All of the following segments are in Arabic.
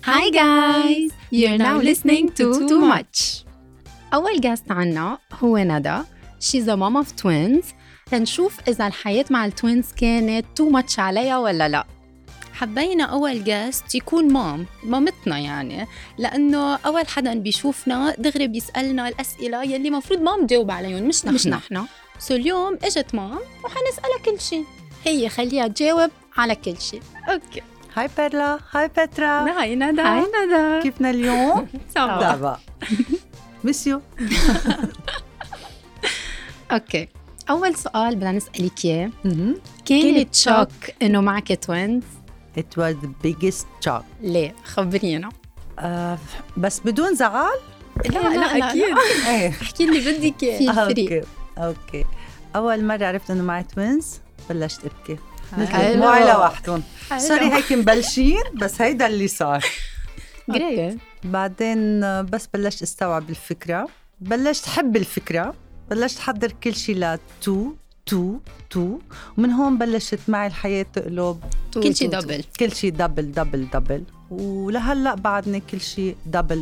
Hi guys! You're now listening to Too Much. أول guest عنا هو ندى. She's a mom of twins. لنشوف إذا الحياة مع التوينز كانت too much عليها ولا لا. حبينا أول جاست يكون مامتنا يعني، لأنه أول حدا بيشوفنا دغري بيسألنا الأسئلة يلي مفروض مام تجاوب عليهم مش نحن. اليوم إجت مام وحنسألها كل شيء، هي خليها تجاوب على كل شيء. أوكي. هاي بيرلا، هاي بترا، هاي ندى. هاي ندى، كيفنا اليوم؟ سوا. مسيو. أوكي، أول سؤال بدنا نسألك إياه. كانت شوك إنه معك توينز؟ It was the biggest shock. ليه؟ خبرينا. بس بدون زعل؟ لا أكيد. احكي لي بدك في أوكي. أول مرة عرفت إنه معي توينز بلشت أبكي. حلو. مو على واحدهم. سوري هيك مبلشين، بس هيدا اللي صار. جريت. بعدين بس بلشت استوعب الفكرة، بلشت حب الفكرة، بلشت حضر كل شيء تو ومن هون بلشت معي الحياة تقلب. كل شيء دبل. كل شيء دبل ولهلأ بعدني كل شيء دبل.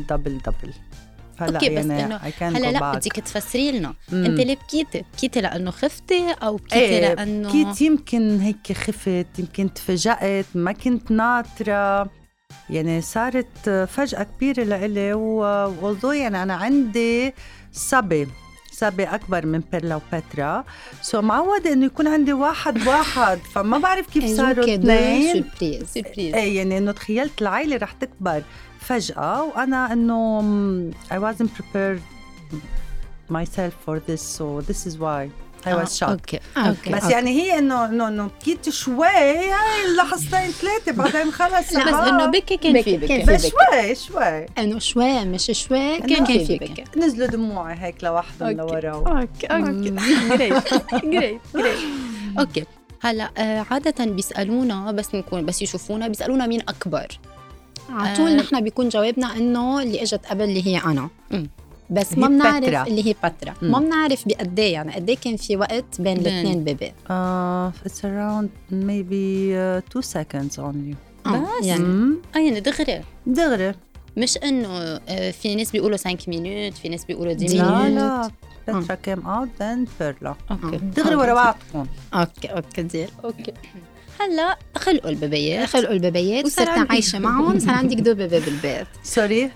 هلا أوكي، بس يعني إنه هلا لا بدك تفسري لنا أنت ليه بكيتي لأنه خفتي أو بكيتي لأنه بكيت، يمكن هيك خفت، يمكن تفاجأت، ما كنت ناطرة، يعني صارت فجأة كبيرة لإلي. والله يعني أنا عندي صبي أكبر من بيرلا وبترا، معودة إنه يكون عندي واحد فما بعرف كيف صاروا اثنين. سوربريز. يعني إنه تخيلت العائلة رح تكبر فجأة، وأنا إنه I wasn't prepared myself for this, so this is why I was shocked. أوكي. بس يعني هي إنه بكيت شوي، هاي اللحظتين 3 بعدين خلص. لا بس إنه بكي كان في بكي. بس شوي إنه شوي مش شوي كان في بكي. نزلوا دموعي هيك لوحدهم لورا. أوكي. جريت. أوكي. هلا عادة بيسألونا بس يشوفونا بيسألونا مين أكبر. على طول نحن بيكون جوابنا إنه اللي إجت قبل اللي هي أنا. بس هي ما بنعرف بترا. اللي هي بترا. ما بنعرف بقديه، يعني قديه كان في وقت بين الاثنين بيبي. It's around maybe 2 seconds only. بس يعني دغري مش إنه في ناس بيقولوا 5 minutes، في ناس بيقولوا 10 minutes. لا بترا came out then بيرلا. أوكي. دغري ورا بعضكم. اوكي ديل. أوكي. هلا خلقوا البيبيات وصرت عايشة معهم. صار عندك 2 بيبي بالبيت. سوري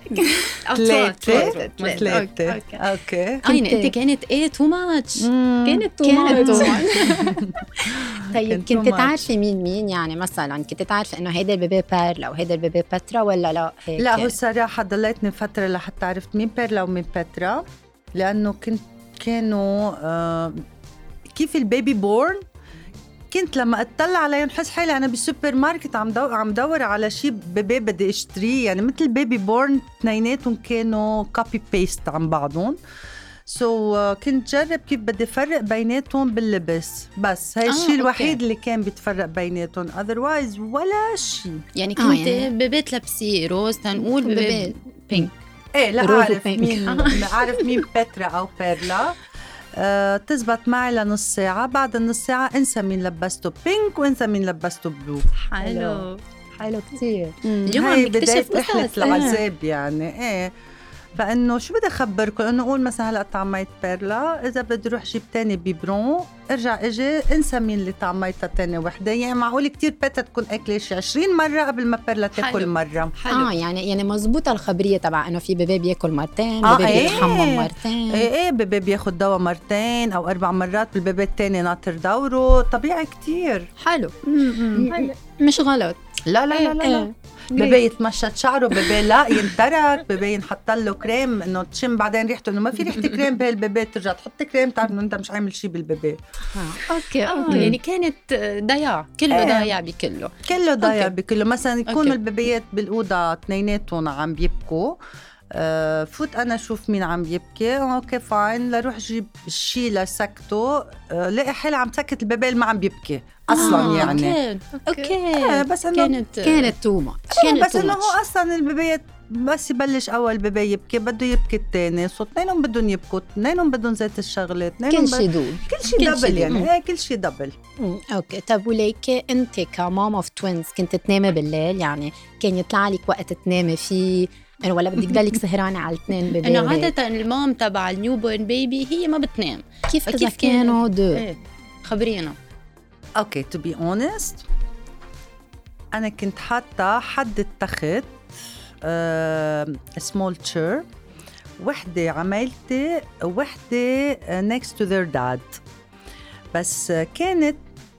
3. اوكي. انت كانت تو ماتش. كانت تو ماتش. طيب كنت تعرفي مين يعني مثلا كنت تعرفي انه هيدا البيبي بيرلا وهيدا البيبي بترا ولا لا هيك؟ لا هو الصراحة ضليتني فترة لحتى عرفت مين بيرلا ومين بترا، لأنه كانوا كيف البيبي بورن. كنت لما اطلع عليهم حس حالي انا بالسوبر ماركت عم دور على شيء بيبي بدي اشتريه، يعني مثل بيبي بورن اثنيناتهم كانوا كوبي بيست عن بعضهم. كنت جرب كيف بدي فرق بيناتهم باللبس، بس هاي الشيء الوحيد اللي كان بيتفرق بيناتهم، otherwise ولا شيء. يعني كنت بيبي تلبسي روز تنقول بيبي بينك. لا أعرف مين بترا أو بيرلا. تزبط معي لنص ساعة، بعد النص ساعة انسى مين لبسته بينك وانسى مين لبسته بلو. حلو كتير. اليوم عم نكتشف رحلة العذاب يعني. فإنه شو بدي أخبركم، إنه أقول مثلا هلأ طعميت بيرلا، إذا بدي روح جيب تاني بيبرون ارجع اجي انسى مين اللي طعميتها تاني وحدة. يعني معقول كتير بيتا تكون أكلة شي 20 مرة قبل ما بيرلا تاكل مرة. يعني مزبوطة الخبرية تبع إنه في بيبي بياكل مرتين، بيبي بيتحمم مرتين. بيبي بياخد دواء مرتين أو 4 مرات، بالبيبي التاني ناطر دوره. طبيعي كتير حلو. مش غلط. لا. بيبي يتمشط شعره، بيبي لا ينترك، بيبي ينحط له كريم انه تشم بعدين ريحته، انه ما في ريحه كريم بهالبيبي، ترجع تحط كريم تعرف انه انت مش عامل شيء بالبيبي. اوكي. يعني كانت ضياع كله ضايع بكله. مثلا يكونوا البيبيات بالاوضه اثنيناتهم عم بيبكوا، فوت أنا شوف مين عم يبكي، أوكي فاين، لروح جيب شي لسكته، لاقي حالي عم سكت البيبي ما عم بيبكي أصلاً. يعني أوكي. بس إنه كانت تو ماتش. بس إنه هو أصلاً البيبيات بس يبلش أول بيبي يبكي بده يبكي التاني، صوت اثنينهم بدهم يبكوا، اثنينهم بدهم زيت الشغلة، كل شيء دول، كل شيء دبل يعني كل شيء دبل. اوكي. طب وليك انت كمام اوف توينز كنت تنامي بالليل؟ يعني كان يطلع لك وقت تنامي فيه انه ولا بدك تضلك سهرانه على الاثنين بالليل؟ انه عاده المام تبع النيو بورن بيبي هي ما بتنام. كيف كانوا دو؟ خبرينا. اوكي تو بي اونست، انا كنت حاطه حد التخت سمول تشير، وحده عمايلتي وحده next to their dad، بس كانت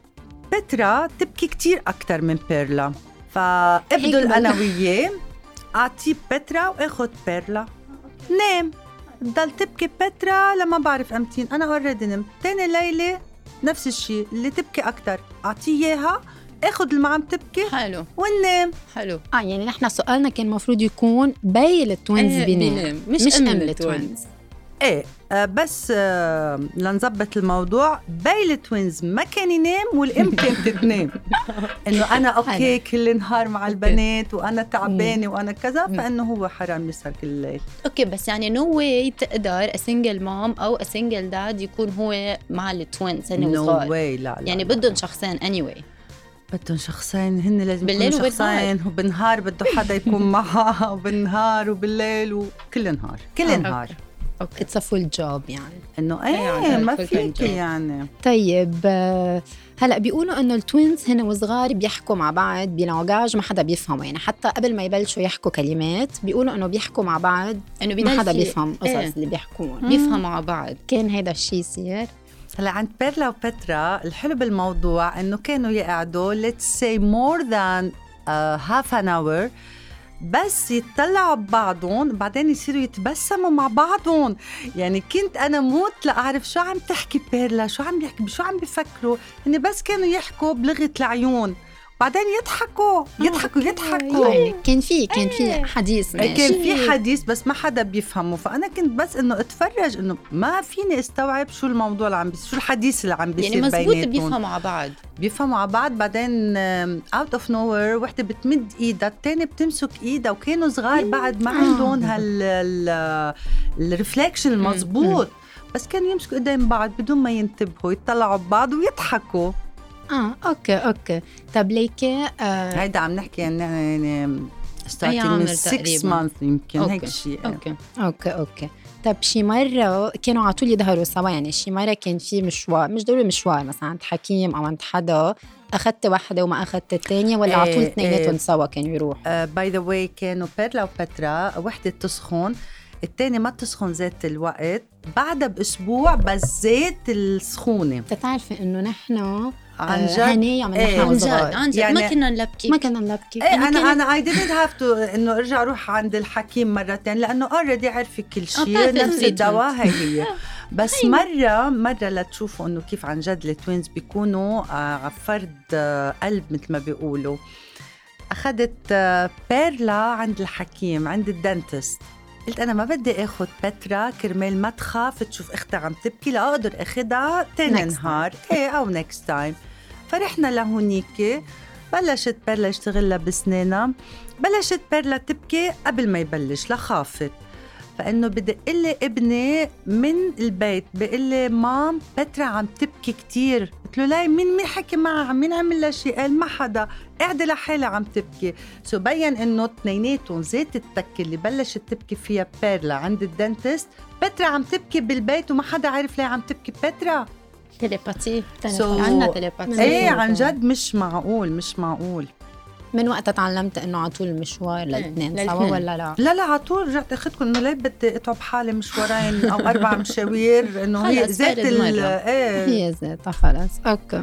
بترا تبكي كتير أكتر من بيرلا، فأبدل أنا وياه أعطيه بترا وأخد بيرلا نام، ضل تبكي بترا لما بعرف أمتين أنا already نمت. تاني ليلة نفس الشيء، اللي تبكي أكتر أعطيه إياها، أخد اللي ما عم تبكي حلو وننام. حلو. يعني نحن سؤالنا كان مفروض يكون باي التوينز بينام مش أم التوينز. ايه بس لنظبط الموضوع، باي التوينز ما كان ينام والام كانت تنام. انه انا اوكي كل نهار مع البنات وانا تعبانه وانا كذا، فانه هو حرام يسهر كل الليل. اوكي بس يعني نو واي تقدر اسنجل مام او اسنجل داد يكون هو مع التوينز هن وصغار. نو واي. لا يعني بدهم شخصين anyway. بدهم شخصين، هن لازم بالليل يكونوا شخصين، وبالنهار بده حدا يكون معها، وبالنهار وبالليل وكل نهار كل نهار. اوكي اتس فول جوب يعني انه ما فيك يعني. طيب هلا بيقولوا انه التوينز هن وصغار بيحكوا مع بعض بلانجاج ما حدا بيفهمه، يعني حتى قبل ما يبلشوا يحكوا كلمات بيقولوا انه بيحكوا مع بعض انه ما حدا بيفهم قصص اللي بيحكوهم، بيفهموا مع بعض. كان هيدا الشيء يصير. هلا عند بيرلا وبترا الحلو بالموضوع انه كانوا يقعدوا let's say more than half an hour بس يتطلعوا ببعضهم، بعدين يصيروا يتبسموا مع بعضهم. يعني كنت أنا موت لأعرف شو عم تحكي بيرلا، شو عم بيحكي، شو عم بيفكروا. إني بس كانوا يحكوا بلغة العيون، بعدين يضحكوا. يعني كان في حديث ماشي. كان في حديث بس ما حدا بيفهمه، فأنا كنت بس إنه اتفرج، إنه ما فيني استوعب شو الموضوع اللي عم شو الحديث اللي عم بيصير يعني بيناتهم. مزبوط بيفهموا مع بعض. بعدين out of nowhere وحدة بتمد إيدها، التاني بتمسك إيدها، وكانوا صغار بعد ما عندهم الرفلكشن المزبوط، بس كانوا يمسكوا إيدين بعض بدون ما ينتبهوا، يطلعوا ببعض ويضحكوا. اوكي. طب ليكي هيدا عم نحكي يعني starting من 6 months يمكن هيك شيء. اوكي. طب شي مرة كانوا على طول يظهروا سوا؟ يعني شي مرة كان في مشوار، مش ضروري مشوار، مثلا عند حكيم او عند حدا اخذت واحدة وما اخذت الثانية، ولا على طول اثنيناتهم سوا كانوا يروحوا؟ باي ذا واي كانوا بيرلا وبترا وحدة تسخن، التاني ما تسخن ذات الوقت، بعدها بأسبوع بس زيت السخونة. بتعرفي إنه نحن عن جد هنية من نحن صغار، عن جد يعني ما كنا نلبكي. أنا I didn't have to إنه أرجع أروح عند الحكيم مرتين، لأنه already عرفي كل شيء، نفس الدواء هي. بس مرة لتشوفوا إنه كيف عن جد التوينز بيكونوا فرد قلب مثل ما بيقولوا. أخذت بيرلا عند الحكيم عند الدنتست، قلت أنا ما بدي أخذ بترا كرمال ما تخاف تشوف أختها عم تبكي، لا أقدر أخذها تاني نهار أو next time. فرحنا لهونيك، بلشت بيرلا يشتغلها بسنانها، بلشت بيرلا تبكي قبل ما يبلش لخافت، فإنه بدي قلي ابني من البيت بقلي مام بترا عم تبكي كتير. قلت له لا، مين حكي معها، مين عمل لها شيء؟ قال ما حدا، قاعدة لحالها عم تبكي. بين إنه اثنيناتهم زيت التكة اللي بلشت تبكي فيها بيرلا عند الدنتست، بترا عم تبكي بالبيت وما حدا عارف ليه عم تبكي بترا. تليباتي عنا تليباتي. ايه عن جد مش معقول. من وقتها تعلمت انه على طول المشوار للاثنين سوا ولا لا؟ لا على طول رجعت اخذكم انه ليه بدي اتعب حالي مشوارين او 4 مشاوير، انه هي زيت هي زيتها خلص. اوكي.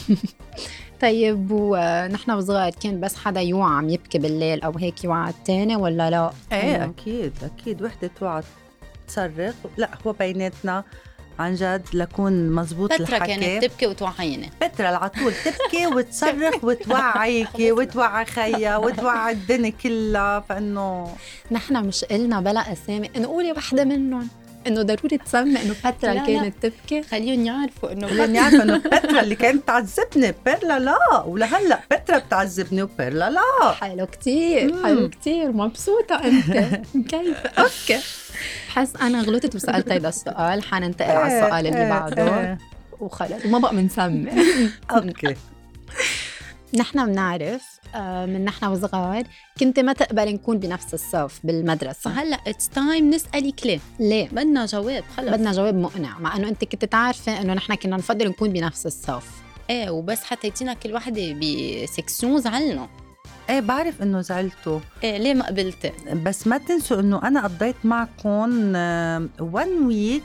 طيب ونحن وصغار كان بس حدا يوعى عم يبكي بالليل او هيك يوعى الثاني ولا لا؟ ايه اكيد وحده توعى تصرخ. لا هو بيناتنا عن جد لكون مزبوط الحكي. بترا كانت تبكي وتوعينا، بترا على طول تبكي وتصرخ وتوعيكي وتوعي خيا وتوعي الدنيا كلها. فانه نحن مش قلنا بلا اسامي، نقولي وحده منهم. انه ضروري تسمي انه بترا كانت تبكي. خليهم يعرفوا انه انه بترا اللي كانت تعذبني، بيرلا لا، ولهلا بترا بتعذبني وبيرلا لا. حلو كتير، حلو كتير، مبسوطة انت. كيف؟ اوكي، بحس انا غلطت وسألت هيدا السؤال، حننتقل على السؤال اللي بعده وخلص وما بقى منسمي. اوكي. نحن بنعرف من نحن وصغار كنت ما تقبل نكون بنفس الصف بالمدرسة. هلا اتس تايم نسألك ليه؟ بدنا جواب، خلص بدنا جواب مقنع، مع انه انت كنت تعرفي انه نحن كنا نفضل نكون بنفس الصف. ايه وبس حطيتينا كل وحده بسكسيون زعلنا. ايه بعرف انه زعلتوا. ايه ليه ما قبلتي؟ بس ما تنسوا انه انا قضيت معكم 1 ويك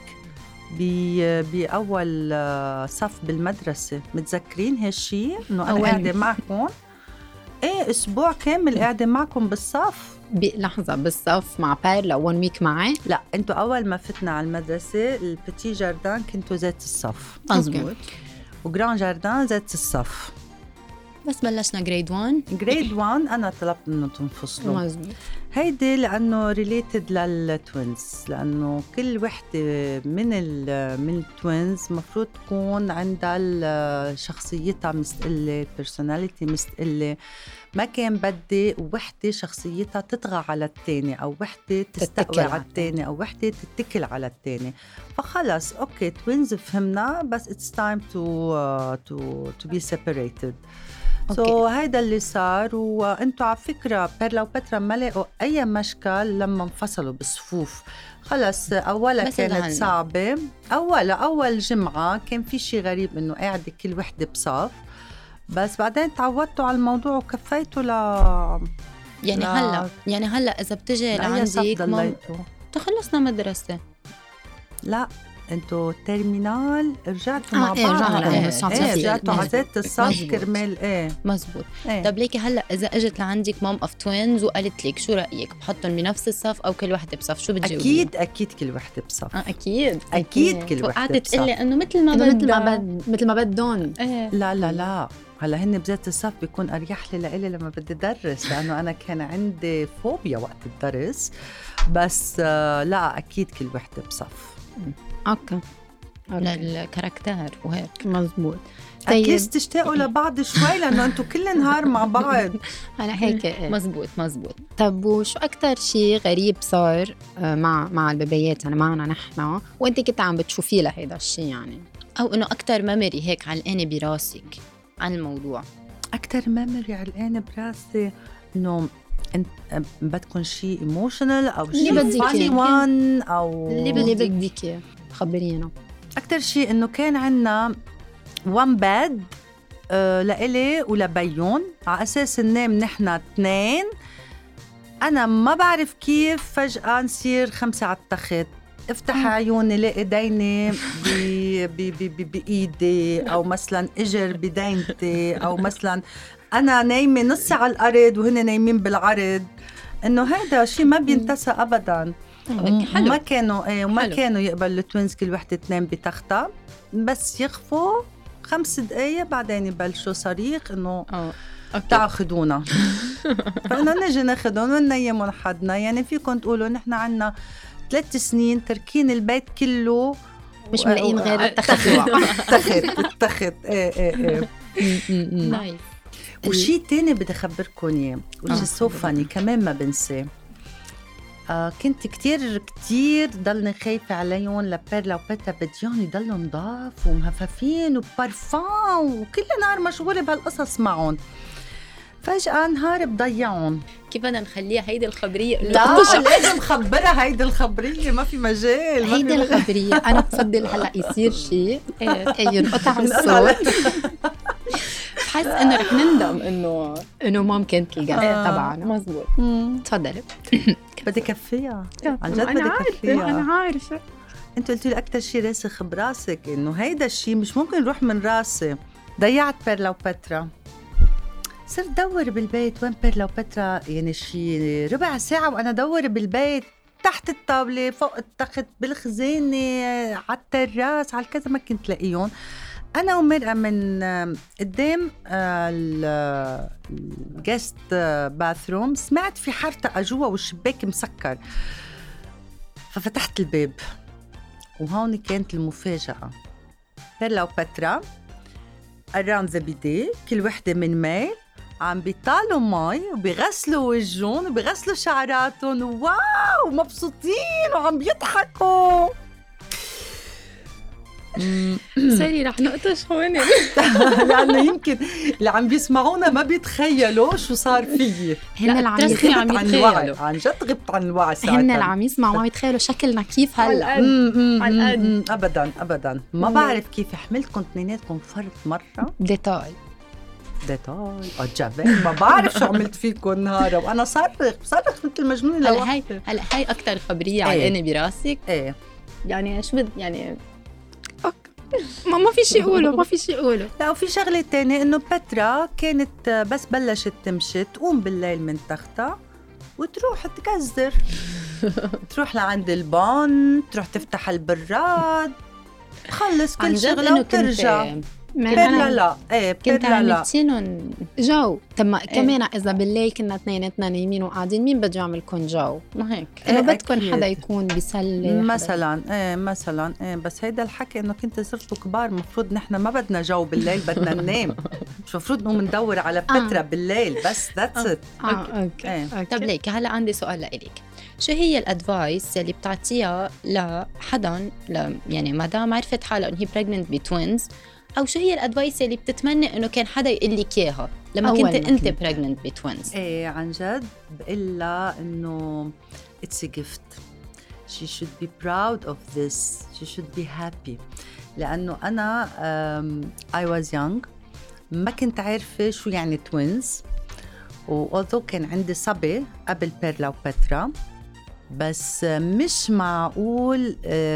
بأول صف بالمدرسة. متذكرين هالشي انه انا قاعدة معكم؟ ايه اسبوع كامل قاعدة معكم بالصف. بلحظة بالصف مع بيرلا 1 ويك معي؟ لا، انتوا اول ما فتنا على المدرسة البتي جاردان كنتوا ذات الصف. مزبوط. وجران جاردان ذات الصف. بس بلشنا جريد 1 انا طلبت انه تنفصلوا. مزبوط. هيدي لانه ريليتد للتوينز، لانه كل وحده من التوينز مفروض تكون عندها شخصيتها مستقله، بيرسوناليتي مستقله. ما كان بدي وحده شخصيتها تطغى على الثانيه، او وحده تستقوى على الثانيه، او وحده تتكل على الثانيه. فخلص اوكي توينز فهمنا، بس it's time to be separated. هيدا اللي صار. وانتوا على فكرة بيرلا وبترا ما لقوا أي مشكل لما انفصلوا بالصفوف. خلص أولا كانت صعبة، أول جمعة كان في شي غريب إنه قاعدة كل وحدة بصف، بس بعدين تعودتوا على الموضوع وكفيتوا يعني هلا إذا بتجي لعندك تخلصنا مدرسة. لا انتو تيرمينال رجعتوا مع بعض. رجعتوا على ذات الصف كرمال مزبوط. طب ليكي هلا اذا اجت لعندك مام اوف توينز وقالت لك شو رايك، بحطهم بنفس الصف او كل وحده بصف، شو بتجاوبي؟ اكيد كل وحده بصف. اكيد كل وحده قعدت تقلي انه مثل ما بدهم. لا هلا هن بذات الصف بيكون اريح لي لما بدي ادرس، لانه انا كان عندي فوبيا وقت الدرس. بس لا اكيد كل وحده بصف. اوكي. للكاركتر وهيك. مزبوط. طيب تشتاقوا لبعض شوي لانه انتم كل نهار مع بعض. انا هيك. مزبوط. طب وشو اكتر شيء غريب صار مع البيبيات يعني معنا نحن وانت كنت عم بتشوفيه لهيدا الشيء يعني، او انه اكتر ميموري هيك علقانه براسك عن الموضوع؟ اكتر ميموري علقانه براسي انه انت بدكم شيء ايموشنال او شيء فاني وان او اللي بدك خبرينا. اكتر شيء انه كان عنا 1 باد لإلي ولبيون، على اساس ننام نحن 2. انا ما بعرف كيف فجأة نصير 5 على التخت، افتح عيوني لاقي ديني بايدي، او مثلا اجر بدينتي، او مثلا انا نايمه نص على الارض وهن نايمين بالعرض. انه هذا شيء ما بينتسى ابدا. وما كانوا يقبل التوينز كل وحده تنام بتختها، بس يخفوا 5 دقايق بعدين يبلشوا صريخ انه تعالوا خدونا. فانا نجي ناخدهم وننيمهم حدنا. يعني فيكم تقولوا نحن عنا 3 سنين تركين البيت كله مش ملاقين غير التخت. التخت. نايس. وشي تاني بدي أخبركم إياه، وشي سوفاني كمان ما بنساه. كنت كتير ضلني خايفة عليهم لبيرلا وبترا، بديهم يضلوا نضاف ومهففين وبارفان وكل نهار مشغولة بهالقصص معهم. فجأة نهار بضيعهم. كيف بدنا نخليها هيدي الخبرية؟ لا لازم خبرها هيدي الخبرية، ما في مجال. هيدي الخبرية أنا بفضل هلأ يصير شيء ينقطع الصوت. بحس إنه رح نندم إنه مام كانت الجنة تبعنا. مزبوط. تفضلي. بدي كفيها عن جد، بدي كفيها. أنا عارفة. أنت قلتي لي أكتر شيء راسخ براسك، إنه هيدا الشيء مش ممكن يروح من راسي. ضيعت بيرلا وبترا، صرت دور بالبيت وين بيرلا وبترا. يعني شي ربع ساعة وأنا دور بالبيت، تحت الطاولة، فوق التخت، بالخزانة، على التراس، على الكذا، ما كنت لاقيهم. أنا ومرأة من قدام الجست باثروم سمعت في حرطة جوا والشباك مسكر، ففتحت الباب. وهون كانت المفاجأة. بيرلا وبترا around the bidet، كل وحدة من ميل عم بيطالوا مي وبيغسلوا وجههم وبيغسلوا شعراتهم، واو مبسوطين وعم بيضحكوا. سوري رح نقطش هون لأنه يمكن اللي عم بيسمعونا ما بيتخيلوا شو صار فيي. هن اللي عم يتخيلوا عن جد غبت عن الوعي. هن اللي عم يسمعوا ما بيتخيلوا شكلنا كيف هلا على القد. أبدا ما بعرف كيف حملتكم اثنيناتكم فرد مرة. ديتاي جبال ما بعرف شو عملت فيكم نهار، وانا صرخ مثل مجنونه. هلا هاي اكثر خبريه علقانه براسك. ايه يعني شو يعني ما في شيء يقولوا. لا، وفي شغله تانية انه بترا كانت بس بلشت تمشي تقوم بالليل من تختها وتروح تكزر تروح لعند البان، تروح تفتح البراد، تخلص كل شغله وترجع. لا كنت عملتي لهم جو. تما كمان اذا بالليل كنا اثنيناتنا نايمين وقاعدين، مين بده يعملكم جو؟ ما هيك انه بدكم حدا يكون بيسلي مثلا. مثلا بس هيدا الحكي انه كنت صرتوا كبار، مفروض نحن ما بدنا جو بالليل، بدنا ننام. مش مفروض نقوم ندور على بترا بالليل بس. ذاتس ات. اوكي. طب ليك هلا عندي سؤال لإلك. شو هي الادفايس اللي بتعطيها لحدا يعني مدام عرفت حالها انه هي بريجننت بتوينز، أو شو هي الأدفايس اللي بتتمنى إنه كان حدا يقول لك إياها لما كنت أنت pregnant بتوينز؟ عن جد بقلها إنه it's a gift. She should be proud of this. She should be happy. لأنه أنا I was young، ما كنت عارفة شو يعني توينز، وألذو كان عندي صبي قبل بيرلا وبترا، بس مش معقول.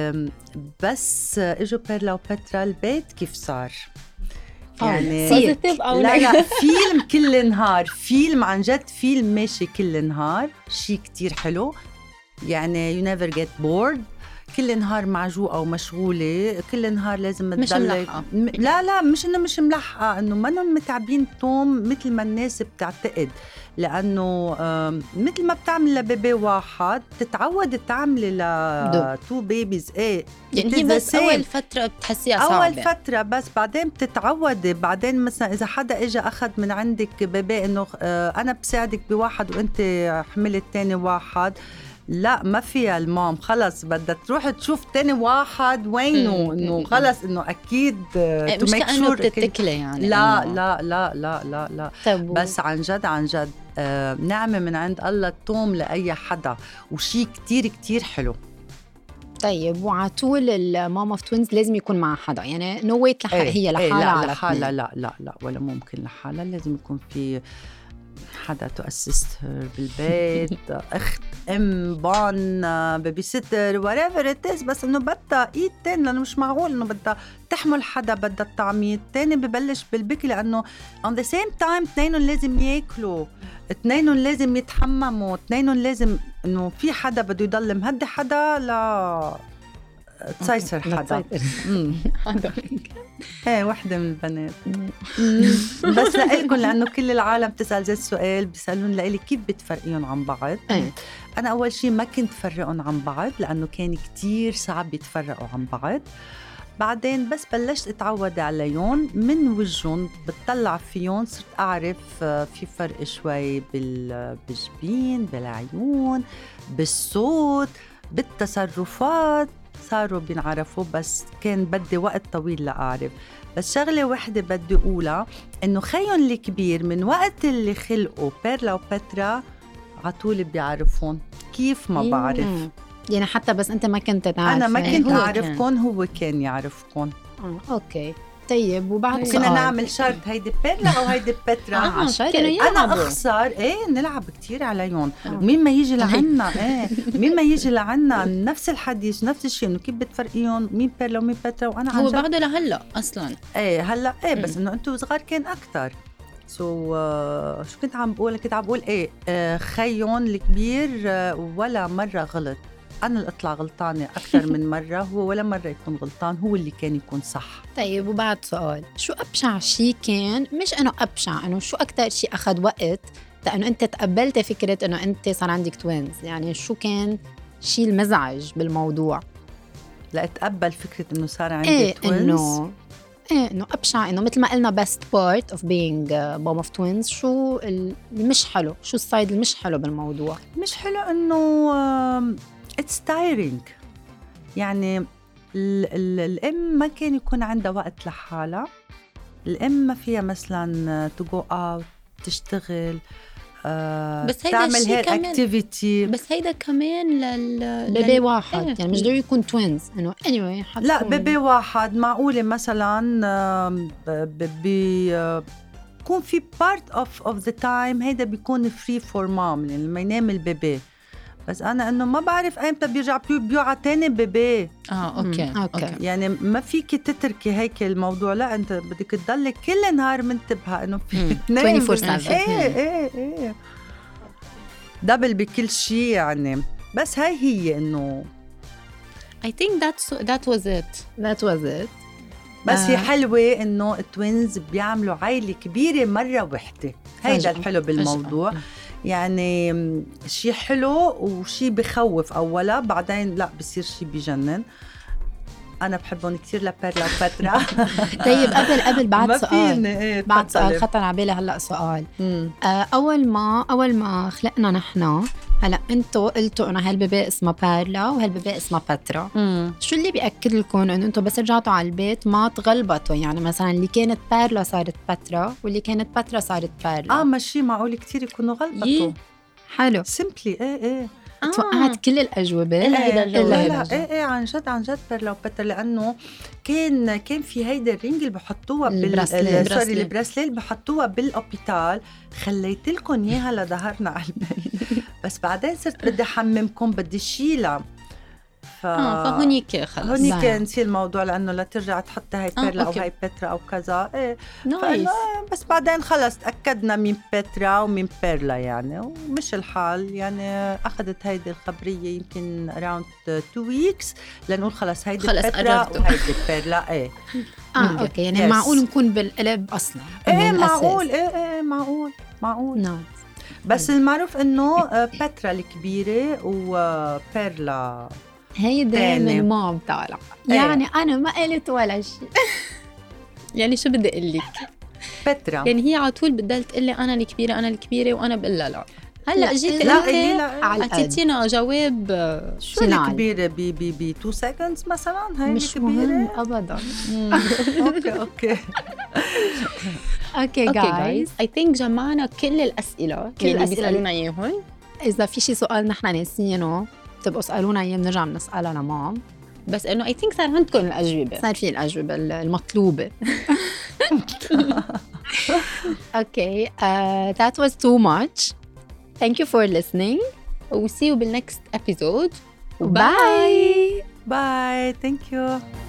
بس اجوا بيرلا وبترا البيت كيف صار يعني لا فيلم كل نهار، فيلم عن جد، فيلم ماشي كل نهار، شيء كتير حلو يعني. you never get bored. كل نهار معجوقة ومشغولة، كل نهار لازم تضل. لا مش إنه مش ملحقة، إنه ما متعبين توم مثل ما الناس بتعتقد، لأنه مثل ما بتعمل لبيبي واحد تتعود تعملي لتو بيبيز. يعني هي بس أول فترة بتحسيها صعبة، أول فترة بس، بعدين بتتعودي. بعدين مثلا إذا حدا إجا أخذ من عندك بيبي إنه أنا بساعدك بواحد وأنت حملت تاني واحد، لا ما فيها المام، خلص بدها تروح تشوف تاني واحد وينه، انه خلص انه اكيد مش كأنه بتتكلي يعني. لا لا لا لا لا لا بس عن جد نعمة من عند الله توم لأي حدا، وشي كتير كتير حلو. طيب وعطول المام اوف توينز لازم يكون مع حدا يعني؟ نو ويت هي لحالها؟ لحالها لا ولا ممكن لحالها، لازم يكون في حدا to assist her بالبيت، أخت، بان، بيبي ستر، whatever it is، بس إنه بدها إيد تاني، لأنه مش معقول إنه بدها تحمل حدا، بدها الطعمية تاني ببلش بالبكي، لأنه on the same time اثنينهم لازم ياكلوا، اثنينهم لازم يتحمموا، اثنينهم لازم إنه في حدا بده يضل مهدي حدا لا تسيسر حدا. واحدة من البنات. بس لإلكم، لأنه كل العالم تسأل زي السؤال، بيسألون لإلي كيف بتفرقيهم عن بعض. أنا أول شيء ما كنت فرقهم عن بعض، لأنه كان كتير صعب يتفرقوا عن بعض. بعدين بس بلشت اتعود عليهم من وجههم، بتطلع فيهم، صرت أعرف في فرق شوي بالجبين، بالعيون، بالصوت، بالتصرفات، صاروا بينعرفوا. بس كان بدي وقت طويل لأعرف. بس شغلة واحدة بدي أقولها، إنه خيون الكبير من وقت اللي خلقوا بيرلا وبترا عطول بيعرفون كيف ما بعرف يعني. حتى بس أنت ما كنت تعرف، أنا ما كنت أعرفكم، هو كان يعرفكم. أوكي. طيب وبعد كنا نعمل شرط، هيدي بيرلا أو هيدي بترا. أنا أخسر نلعب كتير عليهم. مين ما يجي لعنا مين ما يجي لعنا نفس الحديث، نفس الشيء، إنه كيف بتفرقيهم مين بيرلا ومين بترا. وأنا هو بعده لهلا أصلاً هلا بس إنه أنتوا صغار كان أكتر. شو كنت عم بقول؟ كنت عم بقول خيون الكبير ولا مرة غلط. أنا اللي أطلع غلطانة أكثر من مرة، هو ولا مرة يكون غلطان، هو اللي كان يكون صح. طيب وبعد سؤال، شو أبشع شيء كان؟ مش أنه أبشع، أنه شو أكتر شيء أخذ وقت لأنه أنت تقبلت فكرة أنه أنت صار عندك توينز؟ يعني شو كان شيء المزعج بالموضوع؟ لأتقبل فكرة إنه صار عندي توينز. إنه أبشع إنه مثل ما قلنا best part of being mom of twins. شو المش حلو؟ شو السايد المش حلو بالموضوع؟ مش حلو إنه it's tiring. يعني الأم ما كان يكون عندها وقت لحالها. الأم ما فيها مثلا to go out تشتغل بس تعمل هيك اكتيفيتي. بس هيدا كمان بيبي واحد يعني مش ضروري يكون توينز انه anyway لا بيبي واحد معقوله مثلا بيكون في part of the time هيدا بيكون free for mom يعني لما ينام البيبي. بس أنا إنه ما بعرف أيمتى بيرجع بيوعى تاني بيبي. أوكي. يعني ما فيك تتركي هيك الموضوع. لا أنت بدك تضلك كل نهار منتبهة إنه في 24/7. إيه دبل بكل شيء يعني. بس هي إنه I think that was it. بس هي حلوة إنه التوينز بيعملوا عائلة كبيرة مرة واحدة. هيدا الحلو بالموضوع. يعني شيء حلو وشيء بخوف أولا بعدين لا بصير شيء بيجنن. أنا بحبهم كتير لبيرلا وباترا. طيب قبل بعد سؤال بعد سؤال خطر على بالي هلا سؤال. أول ما خلقنا نحن هلا انتو قلتوا انه هالبيبي اسمه بيرلا وهالبيبي اسمه باترا. شو اللي بيأكد لكم انه انتو بس رجعتوا على البيت ما تغلبطوا؟ يعني مثلا اللي كانت بيرلا صارت باترا واللي كانت باترا صارت بيرلا. ماشي معقول كتير يكونوا غلبطوا. حلو سيمبلي ايه توقعت كل الأجوبة إلا عن جد بيرلا وباترا. لأنه كان في هيدا الرينج اللي بحطوها البراسلي اللي بحطوها بالأوبيتال. خليت لكم إياها لظهرنا على البيت. بس بعدين صرت بدي أحممكم بدي شيلها فهونيك نسي الموضوع لأنه لا ترجع تحط هاي بيرلا أو هاي باترا أو كذا. بس بعدين خلص تأكدنا مين باترا ومين بيرلا يعني ومش الحال. يعني أخذت هيدي الخبرية يمكن around 2 weeks لنقول خلص هيدي باترا وهيدي بيرلا. أوكي يعني معقول نكون بالقلب أصلا. معقول بس المعروف إنه باترا الكبيرة وبيرلا هيدا من المام طالع. يعني أنا ما قلت ولا شيء. يعني شو بدي أقول لك باترا؟ يعني هي على طول بدها تقلي أنا الكبيرة وأنا بقلها لا. هلا جيت أعطيتينا جواب شو الكبيرة ب 2 seconds مثلا. هاي مش مهم أبدا. اوكي guys I think جمعنا كل الأسئلة اللي بيسألونا إياهم. إذا في شي سؤال نحن ناسينه تبقوا اسألونا ايام نرجع بنسألها لمام. بس انه I think صار عندكم الأجوبة. صار في الأجوبة المطلوبة. Okay, that was too much. Thank you for listening. We'll see you in the next episode. Bye. Thank you.